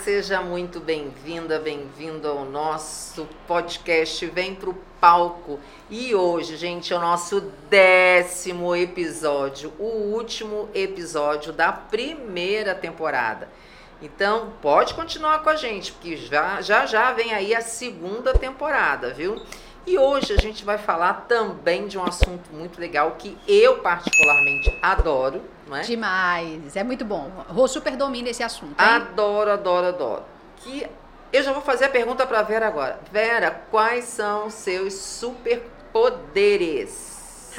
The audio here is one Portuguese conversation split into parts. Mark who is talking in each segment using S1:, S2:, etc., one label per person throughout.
S1: seja muito bem-vinda, bem-vindo ao nosso podcast Vem Pro Palco. E hoje, gente, é o nosso 10º episódio, o último episódio da primeira temporada. Então, pode continuar com a gente, porque já vem aí a segunda temporada, viu? E hoje a gente vai falar também de um assunto muito legal que eu particularmente adoro, não é?
S2: Demais, é muito bom. Rô super domina esse assunto, hein?
S1: Adoro. Que eu já vou fazer a pergunta para Vera agora. Vera, quais são seus superpoderes?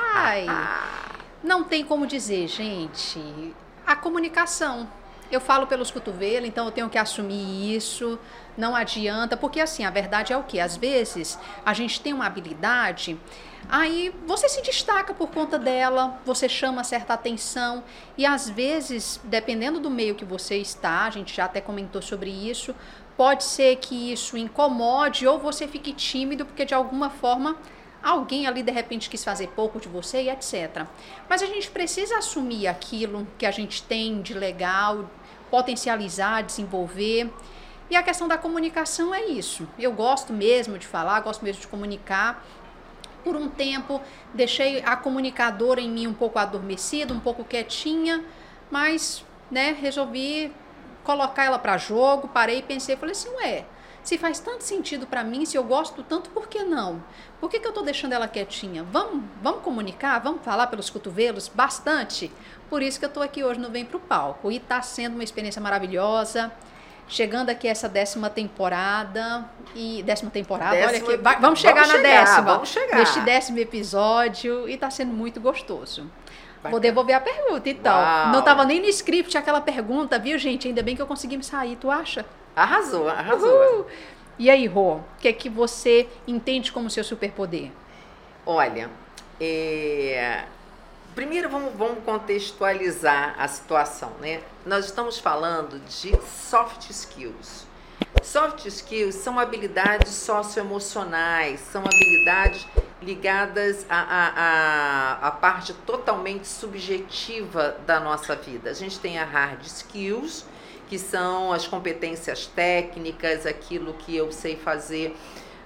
S2: Não tem como dizer, gente. A comunicação. Eu falo pelos cotovelos, então eu tenho que assumir isso, não adianta, porque assim, a verdade é o quê? Às vezes, a gente tem uma habilidade, aí você se destaca por conta dela, você chama certa atenção, e às vezes, dependendo do meio que você está, a gente já até comentou sobre isso, pode ser que isso incomode ou você fique tímido, porque de alguma forma alguém ali de repente quis fazer pouco de você e etc. Mas a gente precisa assumir aquilo que a gente tem de legal, potencializar, desenvolver. E a questão da comunicação é isso. Eu gosto mesmo de falar, gosto mesmo de comunicar. Por um tempo, deixei a comunicadora em mim um pouco adormecida, um pouco quietinha, mas resolvi colocar ela para jogo, parei e pensei, falei assim, se faz tanto sentido para mim, se eu gosto tanto, por que não? Por que eu estou deixando ela quietinha? Vamos comunicar? Vamos falar pelos cotovelos? Bastante? Por isso que eu estou aqui hoje no Vem Pro Palco. E está sendo uma experiência maravilhosa. Chegando aqui essa 10ª temporada. Olha aqui, vamos chegar na 10ª.
S1: Vamos chegar.
S2: Neste 10º episódio. E está sendo muito gostoso. Bacana. Vou devolver a pergunta, então.
S1: Uau.
S2: Não estava nem no script aquela pergunta, viu, gente? Ainda bem que eu consegui me sair, tu acha?
S1: Arrasou.
S2: E aí, Rô, o que é que você entende como seu superpoder?
S1: Olha, primeiro vamos contextualizar a situação, né? Nós estamos falando de soft skills. Soft skills são habilidades socioemocionais, são habilidades ligadas à parte totalmente subjetiva da nossa vida. A gente tem a hard skills, que são as competências técnicas, aquilo que eu sei fazer,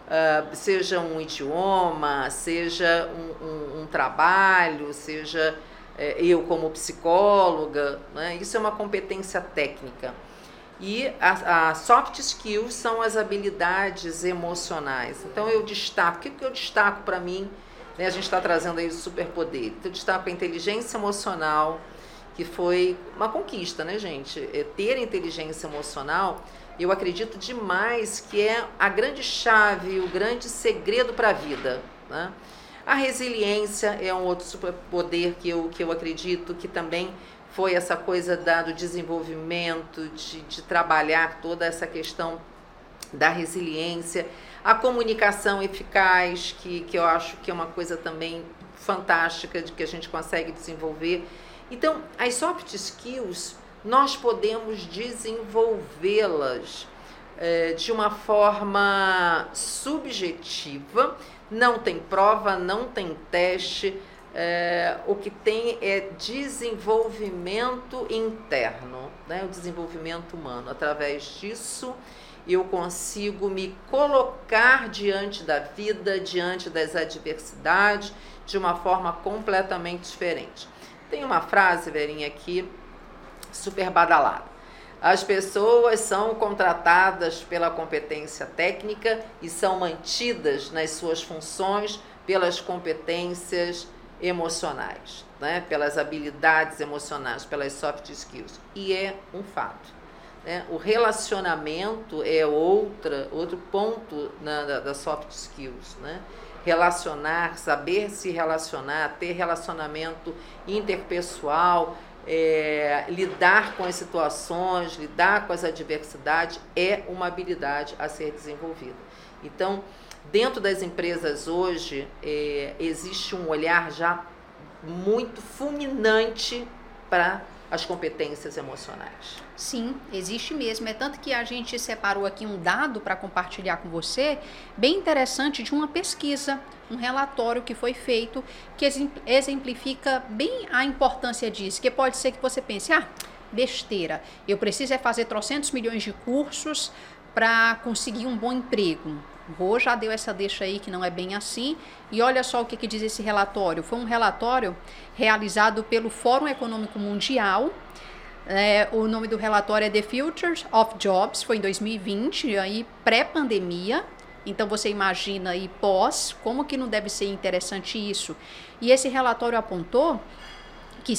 S1: seja um idioma, seja um trabalho, seja eu como psicóloga, né? Isso é uma competência técnica. E a soft skills são as habilidades emocionais. Então eu destaco, o que eu destaco para mim, né? A gente está trazendo aí o superpoder. Eu destaco a inteligência emocional, que foi uma conquista, né, gente? Ter inteligência emocional, eu acredito demais que é a grande chave, o grande segredo para a vida, né? A resiliência é um outro superpoder que eu acredito que também foi essa coisa do desenvolvimento, de trabalhar toda essa questão da resiliência. A comunicação eficaz, que eu acho que é uma coisa também fantástica, de que a gente consegue desenvolver. Então, as soft skills, nós podemos desenvolvê-las de uma forma subjetiva, não tem prova, não tem teste, o que tem é desenvolvimento interno, né? O desenvolvimento humano. Através disso, eu consigo me colocar diante da vida, diante das adversidades, de uma forma completamente diferente. Tem uma frase, Verinha, aqui, super badalada. As pessoas são contratadas pela competência técnica e são mantidas nas suas funções pelas competências emocionais, né? Pelas habilidades emocionais, pelas soft skills. E é um fato, né? O relacionamento é outro ponto da soft skills, né? Relacionar, saber se relacionar, ter relacionamento interpessoal, lidar com as situações, lidar com as adversidades é uma habilidade a ser desenvolvida. Então, dentro das empresas hoje, existe um olhar já muito fulminante para as competências emocionais.
S2: Sim, existe mesmo. É tanto que a gente separou aqui um dado para compartilhar com você, bem interessante, de uma pesquisa, um relatório que foi feito, que exemplifica bem a importância disso. Que pode ser que você pense, besteira. Eu preciso é fazer 300 milhões de cursos para conseguir um bom emprego. Rô já deu essa deixa aí que não é bem assim. E olha só o que diz esse relatório. Foi um relatório realizado pelo Fórum Econômico Mundial. O nome do relatório é The Future of Jobs, foi em 2020, aí pré-pandemia. Então você imagina aí pós, como que não deve ser interessante isso. E esse relatório apontou que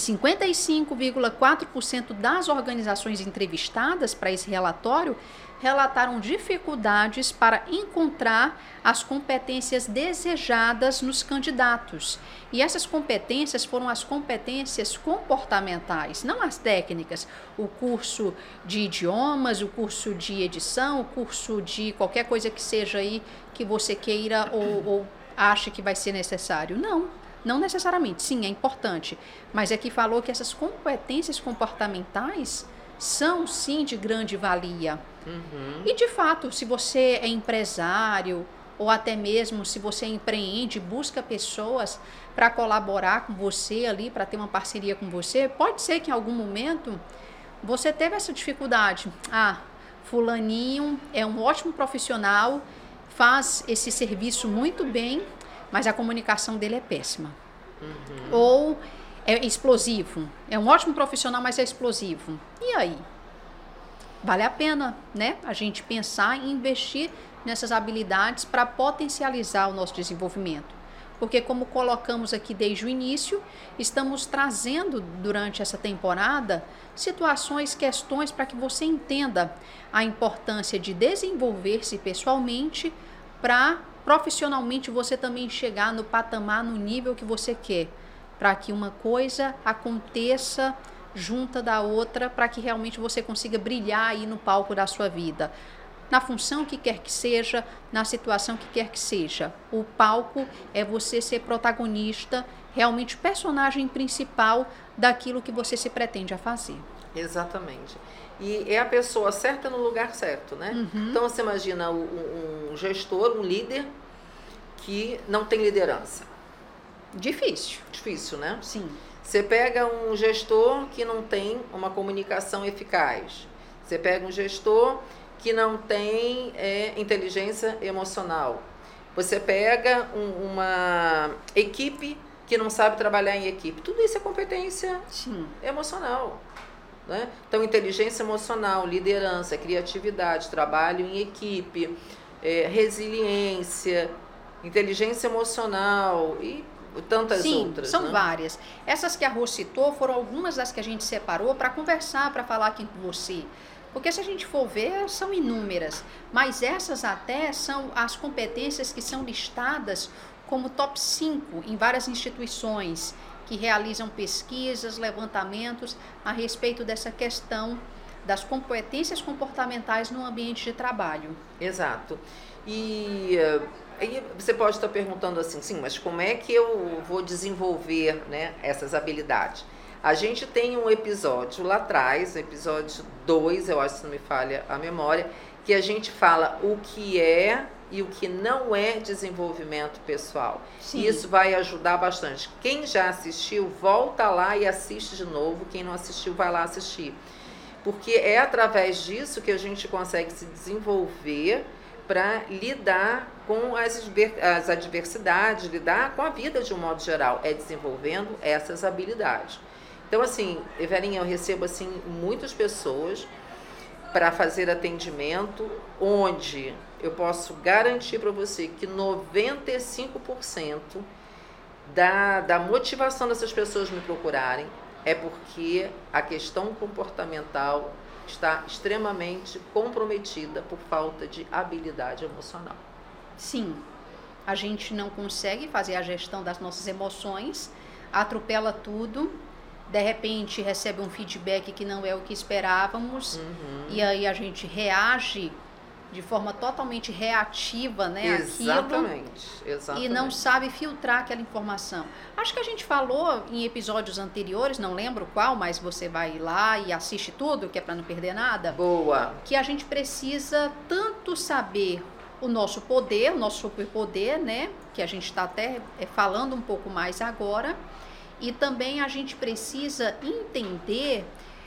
S2: 55,4% das organizações entrevistadas para esse relatório relataram dificuldades para encontrar as competências desejadas nos candidatos. E essas competências foram as competências comportamentais, não as técnicas. O curso de idiomas, o curso de edição, o curso de qualquer coisa que seja aí que você queira ou ache que vai ser necessário. Não necessariamente. Sim, é importante. Mas aqui falou que essas competências comportamentais são, sim, de grande valia. Uhum. E, de fato, se você é empresário ou até mesmo se você empreende, busca pessoas para colaborar com você ali, para ter uma parceria com você, pode ser que em algum momento você teve essa dificuldade. Fulaninho é um ótimo profissional, faz esse serviço muito bem, mas a comunicação dele é péssima. Uhum. Ou é explosivo. É um ótimo profissional, mas é explosivo. E aí? Vale a pena, né? A gente pensar em investir nessas habilidades para potencializar o nosso desenvolvimento. Porque, como colocamos aqui desde o início, estamos trazendo durante essa temporada situações, questões para que você entenda a importância de desenvolver-se pessoalmente para profissionalmente você também chegar no patamar, no nível que você quer, para que uma coisa aconteça junta da outra, para que realmente você consiga brilhar aí no palco da sua vida. Na função que quer que seja, na situação que quer que seja. O palco é você ser protagonista, realmente personagem principal daquilo que você se pretende a fazer.
S1: Exatamente. E é a pessoa certa no lugar certo, né? Uhum. Então, você imagina um gestor, um líder que não tem liderança. Difícil, né?
S2: Sim.
S1: Você pega um gestor que não tem uma comunicação eficaz. Você pega um gestor que não tem inteligência emocional. Você pega uma equipe que não sabe trabalhar em equipe. Tudo isso é competência emocional. Né? Então, inteligência emocional, liderança, criatividade, trabalho em equipe, resiliência, inteligência emocional e tantas outras.
S2: Sim, são várias. Essas que a Rô citou foram algumas das que a gente separou para conversar, para falar aqui com você. Porque se a gente for ver, são inúmeras. Mas essas até são as competências que são listadas como top 5 em várias instituições que realizam pesquisas, levantamentos a respeito dessa questão das competências comportamentais no ambiente de trabalho.
S1: Exato. E aí você pode estar perguntando assim, sim, mas como é que eu vou desenvolver, né, essas habilidades? A gente tem um episódio lá atrás, episódio 2, eu acho, se não me falha a memória, que a gente fala o que é e o que não é desenvolvimento pessoal. Sim. Isso vai ajudar bastante. Quem já assistiu, volta lá e assiste de novo. Quem não assistiu, vai lá assistir. Porque é através disso que a gente consegue se desenvolver para lidar com as adversidades, lidar com a vida de um modo geral. É desenvolvendo essas habilidades. Então, assim, Everinha, eu recebo, assim, muitas pessoas para fazer atendimento, onde eu posso garantir para você que 95% da motivação dessas pessoas me procurarem é porque a questão comportamental está extremamente comprometida por falta de habilidade emocional.
S2: Sim, a gente não consegue fazer a gestão das nossas emoções, atropela tudo, de repente recebe um feedback que não é o que esperávamos, e aí a gente reage de forma totalmente reativa, né?
S1: Exatamente.
S2: E não sabe filtrar aquela informação. Acho que a gente falou em episódios anteriores, não lembro qual, mas você vai lá e assiste tudo, que é para não perder nada.
S1: Boa.
S2: Que a gente precisa tanto saber o nosso poder, o nosso superpoder, né? Que a gente está até falando um pouco mais agora. E também a gente precisa entender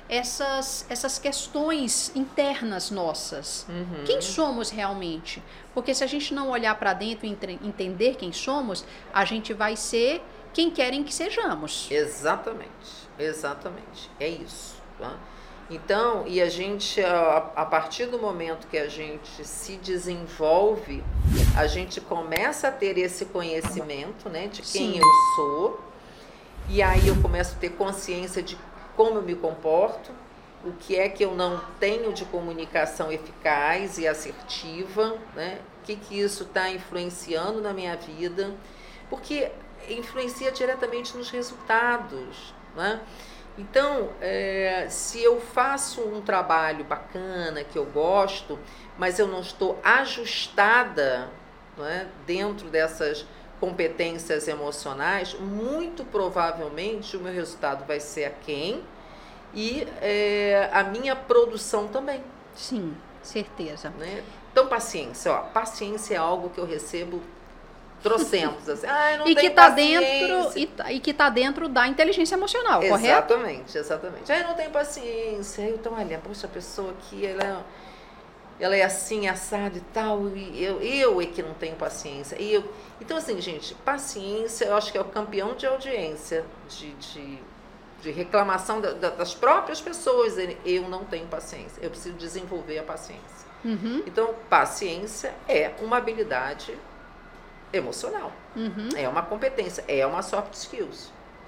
S2: essas questões internas nossas. Quem somos realmente? Porque se a gente não olhar para dentro e entender quem somos, a gente vai ser quem querem que sejamos.
S1: Exatamente, exatamente. É isso. Tá? Então, e a gente, a partir do momento que a gente se desenvolve, a gente começa a ter esse conhecimento, né, de quem eu sou, e aí eu começo a ter consciência de como eu me comporto, o que é que eu não tenho de comunicação eficaz e assertiva, né? O que isso está influenciando na minha vida, porque influencia diretamente nos resultados, né? Então, se eu faço um trabalho bacana, que eu gosto, mas eu não estou ajustada, não é, dentro dessas competências emocionais, muito provavelmente o meu resultado vai ser aquém e a minha produção também.
S2: Sim, certeza.
S1: Né? Então, paciência. Paciência é algo que eu recebo trocentos, assim. Eu não
S2: e
S1: tenho
S2: que tá
S1: paciência.
S2: dentro e que está dentro da inteligência emocional, correto?
S1: Exatamente, exatamente. Eu não tenho paciência. Então, olha, poxa, a pessoa aqui, ela é assim, assada e tal, e eu é que não tenho paciência. Então, assim, gente, paciência, eu acho que é o campeão de audiência, de reclamação das próprias pessoas. Eu não tenho paciência, eu preciso desenvolver a paciência. Então, paciência é uma habilidade emocional, é uma competência, é uma soft skills.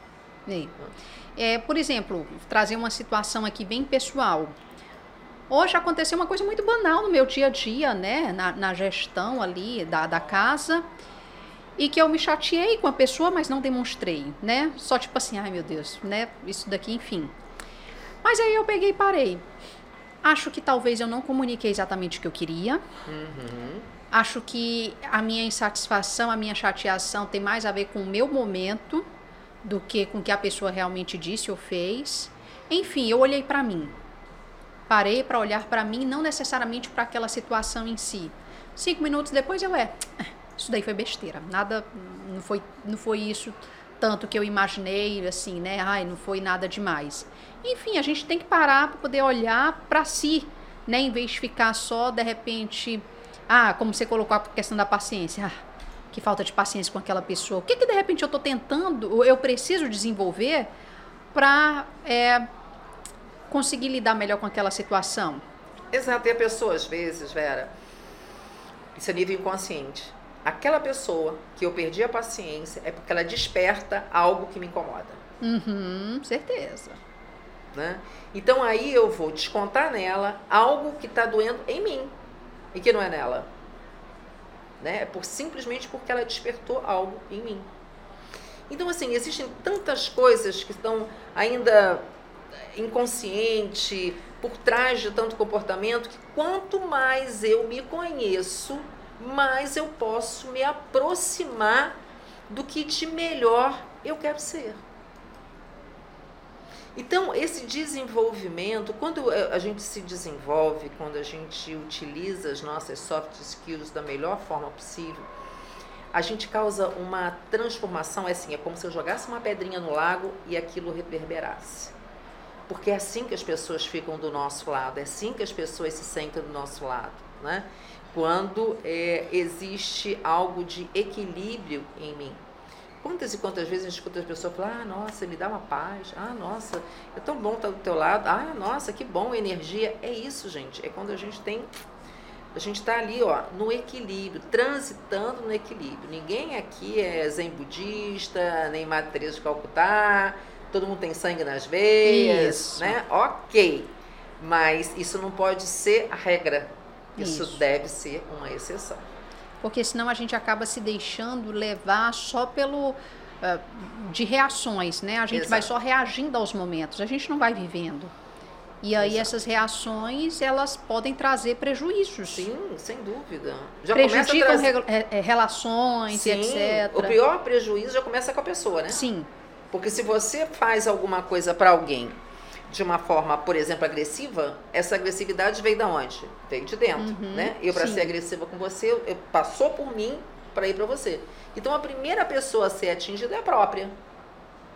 S2: Por exemplo, trazer uma situação aqui bem pessoal. Hoje aconteceu uma coisa muito banal no meu dia a dia, né? Na gestão ali da casa. E que eu me chateei com a pessoa, mas não demonstrei, né? Só tipo assim, ai meu Deus, né? Isso daqui, enfim. Mas aí eu peguei e parei. Acho que talvez eu não comuniquei exatamente o que eu queria. Acho que a minha insatisfação, a minha chateação tem mais a ver com o meu momento do que com o que a pessoa realmente disse ou fez. Enfim, eu olhei para mim. Parei para olhar para mim, não necessariamente para aquela situação em si. 5 minutos depois isso daí foi besteira. Nada, não foi isso tanto que eu imaginei, assim, né? Não foi nada demais. Enfim, a gente tem que parar para poder olhar para si, né? Em vez de ficar só, de repente, como você colocou a questão da paciência. Que falta de paciência com aquela pessoa. O que de repente eu estou tentando, eu preciso desenvolver para conseguir lidar melhor com aquela situação?
S1: Exato, e a pessoa, às vezes, Vera, isso é nível inconsciente. Aquela pessoa que eu perdi a paciência é porque ela desperta algo que me incomoda.
S2: Certeza.
S1: Né? Então aí eu vou descontar nela algo que está doendo em mim e que não é nela. Né? Simplesmente porque ela despertou algo em mim. Então, assim, existem tantas coisas que estão ainda inconsciente, por trás de tanto comportamento, que quanto mais eu me conheço, mais eu posso me aproximar do que de melhor eu quero ser. Então, esse desenvolvimento, quando a gente se desenvolve, quando a gente utiliza as nossas soft skills da melhor forma possível, a gente causa uma transformação, é como se eu jogasse uma pedrinha no lago e aquilo reverberasse. Porque é assim que as pessoas ficam do nosso lado, é assim que as pessoas se sentem do nosso lado, né? Quando existe algo de equilíbrio em mim. Quantas e quantas vezes a gente escuta as pessoas falar, nossa, me dá uma paz, nossa, é tão bom estar do teu lado, nossa, que bom, energia. É isso, gente, é quando a gente está ali, no equilíbrio, transitando no equilíbrio. Ninguém aqui é zen budista, nem Madre Teresa de Calcutá, todo mundo tem sangue nas veias,
S2: isso,
S1: né? Ok, mas isso não pode ser a regra. Isso deve ser uma exceção.
S2: Porque senão a gente acaba se deixando levar só de reações, né? A gente vai só reagindo aos momentos, a gente não vai vivendo. E aí essas reações, elas podem trazer prejuízos.
S1: Sim, sem dúvida.
S2: Prejudicam relações, sim, etc.
S1: O pior prejuízo já começa com a pessoa, né?
S2: Sim.
S1: Porque se você faz alguma coisa para alguém de uma forma, por exemplo, agressiva, essa agressividade veio de onde? Veio de dentro, né? Eu, para ser agressiva com você, passou por mim para ir para você. Então, a primeira pessoa a ser atingida é a própria.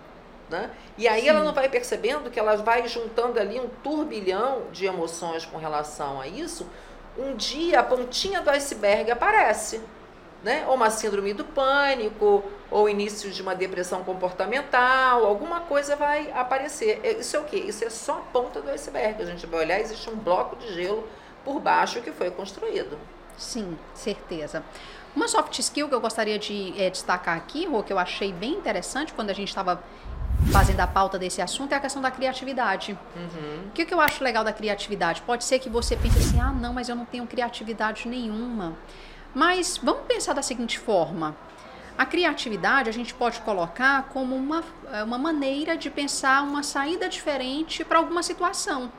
S1: né? E aí ela não vai percebendo que ela vai juntando ali um turbilhão de emoções com relação a isso. Um dia a pontinha do iceberg aparece, né? Ou uma síndrome do pânico, ou início de uma depressão comportamental, alguma coisa vai aparecer. Isso é o quê? Isso é só a ponta do iceberg. A gente vai olhar, existe um bloco de gelo por baixo que foi construído.
S2: Sim, certeza. Uma soft skill que eu gostaria de destacar aqui, Rô, que eu achei bem interessante quando a gente estava fazendo a pauta desse assunto, é a questão da criatividade. O que eu acho legal da criatividade? Pode ser que você pense assim, ah, não, mas eu não tenho criatividade nenhuma. Mas vamos pensar da seguinte forma. A criatividade a gente pode colocar como uma maneira de pensar uma saída diferente para alguma situação.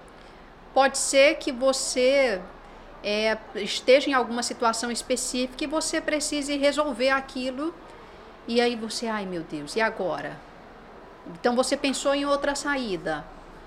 S2: Pode ser que você esteja em alguma situação específica e você precise resolver aquilo e aí você, ai meu Deus, e agora? Então você pensou em outra saída.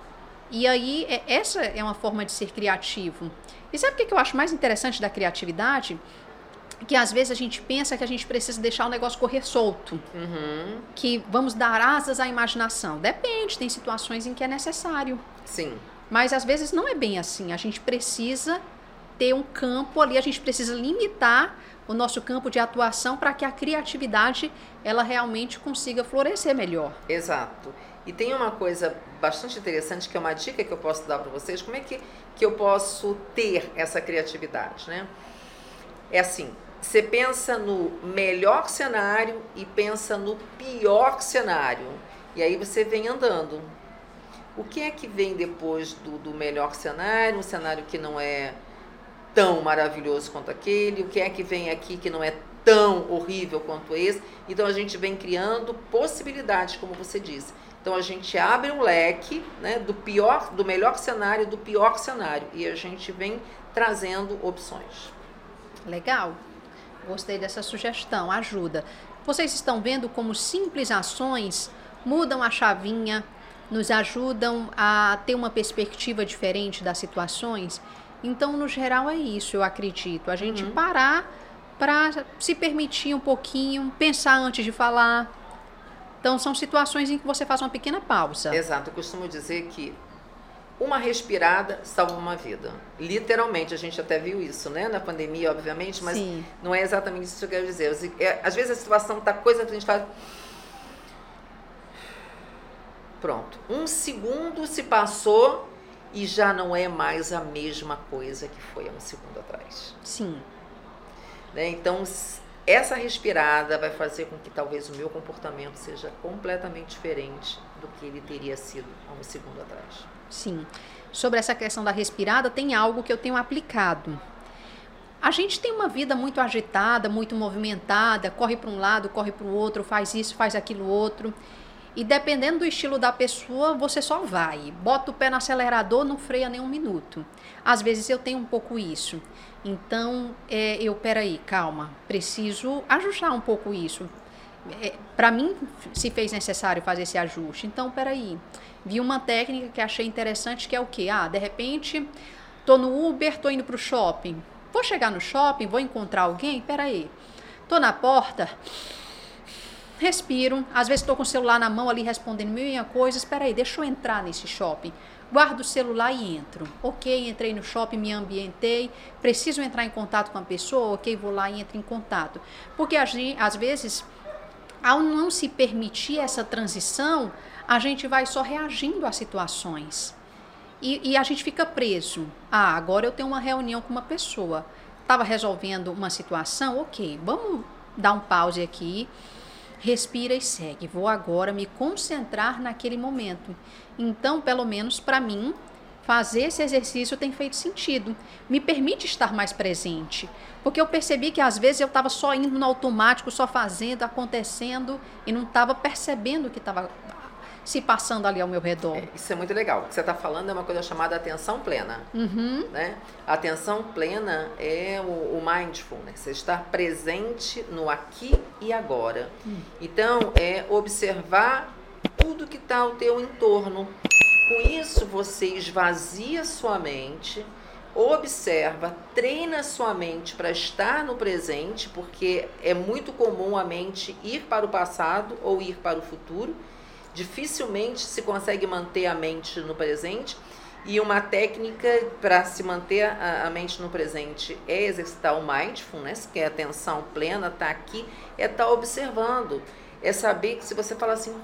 S2: E aí essa é uma forma de ser criativo. E sabe o que eu acho mais interessante da criatividade? Que às vezes a gente pensa que a gente precisa deixar o negócio correr solto. Que vamos dar asas à imaginação. Depende, tem situações em que é necessário.
S1: Sim.
S2: Mas às vezes não é bem assim. A gente precisa ter um campo ali, a gente precisa limitar o nosso campo de atuação para que a criatividade ela realmente consiga florescer melhor.
S1: Exato. E tem uma coisa bastante interessante, que é uma dica que eu posso dar para vocês, como é que eu posso ter essa criatividade, né? É assim, você pensa no melhor cenário e pensa no pior cenário, e aí você vem andando. O que é que vem depois do melhor cenário, um cenário que não é tão maravilhoso quanto aquele, o que é que vem aqui que não é tão horrível quanto esse? Então a gente vem criando possibilidades, como você disse. Então a gente abre um leque, né, do melhor cenário e do pior cenário, e a gente vem trazendo opções.
S2: Legal, gostei dessa sugestão, ajuda. Vocês estão vendo como simples ações mudam a chavinha, nos ajudam a ter uma perspectiva diferente das situações? Então, no geral, é isso, eu acredito. A gente parar para se permitir um pouquinho, pensar antes de falar. Então, são situações em que você faz uma pequena pausa.
S1: Exato, eu costumo dizer que uma respirada salva uma vida. Literalmente, a gente até viu isso, né? Na pandemia, obviamente, mas sim, não é exatamente isso que eu quero dizer. Às vezes a situação tá coisa que a gente faz... Pronto. Um segundo se passou e já não é mais a mesma coisa que foi há um segundo atrás.
S2: Sim.
S1: Né? Então, essa respirada vai fazer com que talvez o meu comportamento seja completamente diferente do que ele teria sido há um segundo atrás.
S2: Sim. Sobre essa questão da respirada, tem algo que eu tenho aplicado. A gente tem uma vida muito agitada, muito movimentada, corre para um lado, corre para o outro, faz isso, faz aquilo outro. E dependendo do estilo da pessoa, você só vai. Bota o pé no acelerador, não freia nem um minuto. Às vezes eu tenho um pouco isso. Então, peraí, calma, preciso ajustar um pouco isso. Para mim, se fez necessário fazer esse ajuste. Então, peraí, vi uma técnica que achei interessante, que é o quê? De repente, tô no Uber, tô indo pro shopping. Vou chegar no shopping, vou encontrar alguém? Peraí, tô na porta... Respiro, às vezes estou com o celular na mão ali respondendo mil e uma coisas. Espera aí, deixa eu entrar nesse shopping. Guardo o celular e entro. Ok, entrei no shopping, me ambientei. Preciso entrar em contato com a pessoa? Ok, vou lá e entro em contato. Porque às vezes, ao não se permitir essa transição, a gente vai só reagindo às situações. E a gente fica preso. Agora eu tenho uma reunião com uma pessoa. Estava resolvendo uma situação? Ok, vamos dar um pause aqui. Respira e segue. Vou agora me concentrar naquele momento. Então, pelo menos para mim, fazer esse exercício tem feito sentido. Me permite estar mais presente. Porque eu percebi que às vezes eu estava só indo no automático, só fazendo, acontecendo, e não estava percebendo o que estava se passando ali ao meu redor.
S1: Isso é muito legal. O que você está falando é uma coisa chamada atenção plena. Né? A atenção plena é o mindfulness, você estar presente no aqui e agora. Então, é observar tudo que está ao teu entorno. Com isso, você esvazia sua mente, observa, treina sua mente para estar no presente, porque é muito comum a mente ir para o passado ou ir para o futuro. dificilmente se consegue manter a mente no presente. E uma técnica para se manter a mente no presente é exercitar o mindfulness, que é a atenção plena, tá aqui, é estar observando. É saber que se você fala assim,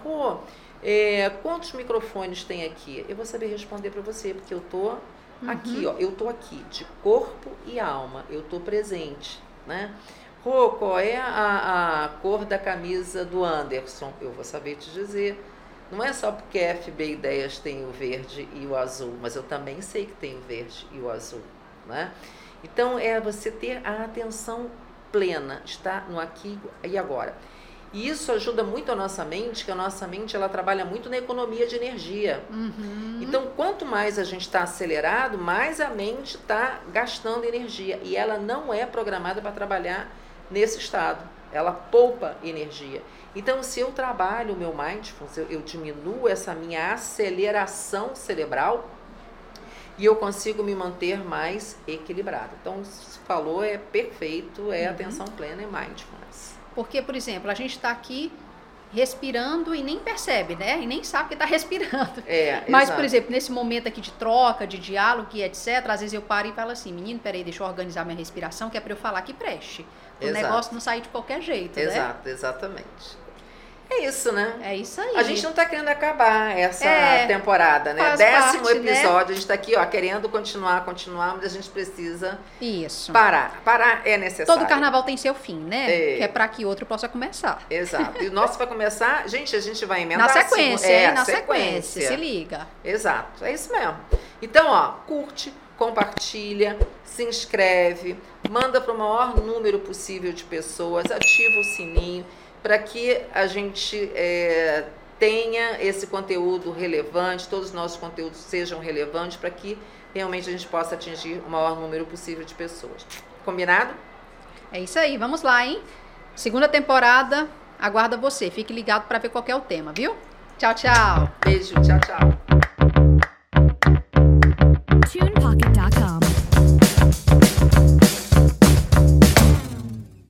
S1: quantos microfones tem aqui? Eu vou saber responder para você, porque eu tô aqui, ó, eu tô aqui, de corpo e alma, eu tô presente, né? Qual é a cor da camisa do Anderson? Eu vou saber te dizer. Não é só porque a FB Ideias tem o verde e o azul, mas eu também sei que tem o verde e o azul, né? Então, é você ter a atenção plena, estar no aqui e agora. E isso ajuda muito a nossa mente, que a nossa mente ela trabalha muito na economia de energia. Então, quanto mais a gente está acelerado, mais a mente está gastando energia. E ela não é programada para trabalhar nesse estado. Ela poupa energia. Então, se eu trabalho o meu mindfulness, eu diminuo essa minha aceleração cerebral e eu consigo me manter mais equilibrado. Então, se falou, é perfeito, é atenção plena e mindfulness.
S2: Porque, por exemplo, a gente está aqui respirando e nem percebe, né? E nem sabe que está respirando. Mas, exato. Por exemplo, nesse momento aqui de troca, de diálogo e etc., às vezes eu paro e falo assim, menino, peraí, deixa eu organizar minha respiração, que é para eu falar que preste. O negócio não sair de qualquer jeito, né?
S1: Exato, exatamente. É isso, né?
S2: É isso aí.
S1: A gente não tá querendo acabar essa temporada, né? 10º episódio, né? A gente tá aqui, ó, querendo continuar, mas a gente precisa parar. Parar é necessário.
S2: Todo carnaval tem seu fim, né? Que é para que outro possa começar.
S1: Exato. E o nosso vai começar, gente, a gente vai emendar.
S2: Na sequência, na sequência, se liga.
S1: Exato, é isso mesmo. Então, ó, curte, compartilha, se inscreve, manda para o maior número possível de pessoas, ativa o sininho, para que a gente tenha esse conteúdo relevante, todos os nossos conteúdos sejam relevantes, para que realmente a gente possa atingir o maior número possível de pessoas. Combinado?
S2: É isso aí, vamos lá, hein? 2ª temporada, aguarda você. Fique ligado para ver qual é o tema, viu? Tchau, tchau.
S1: Beijo, tchau, tchau.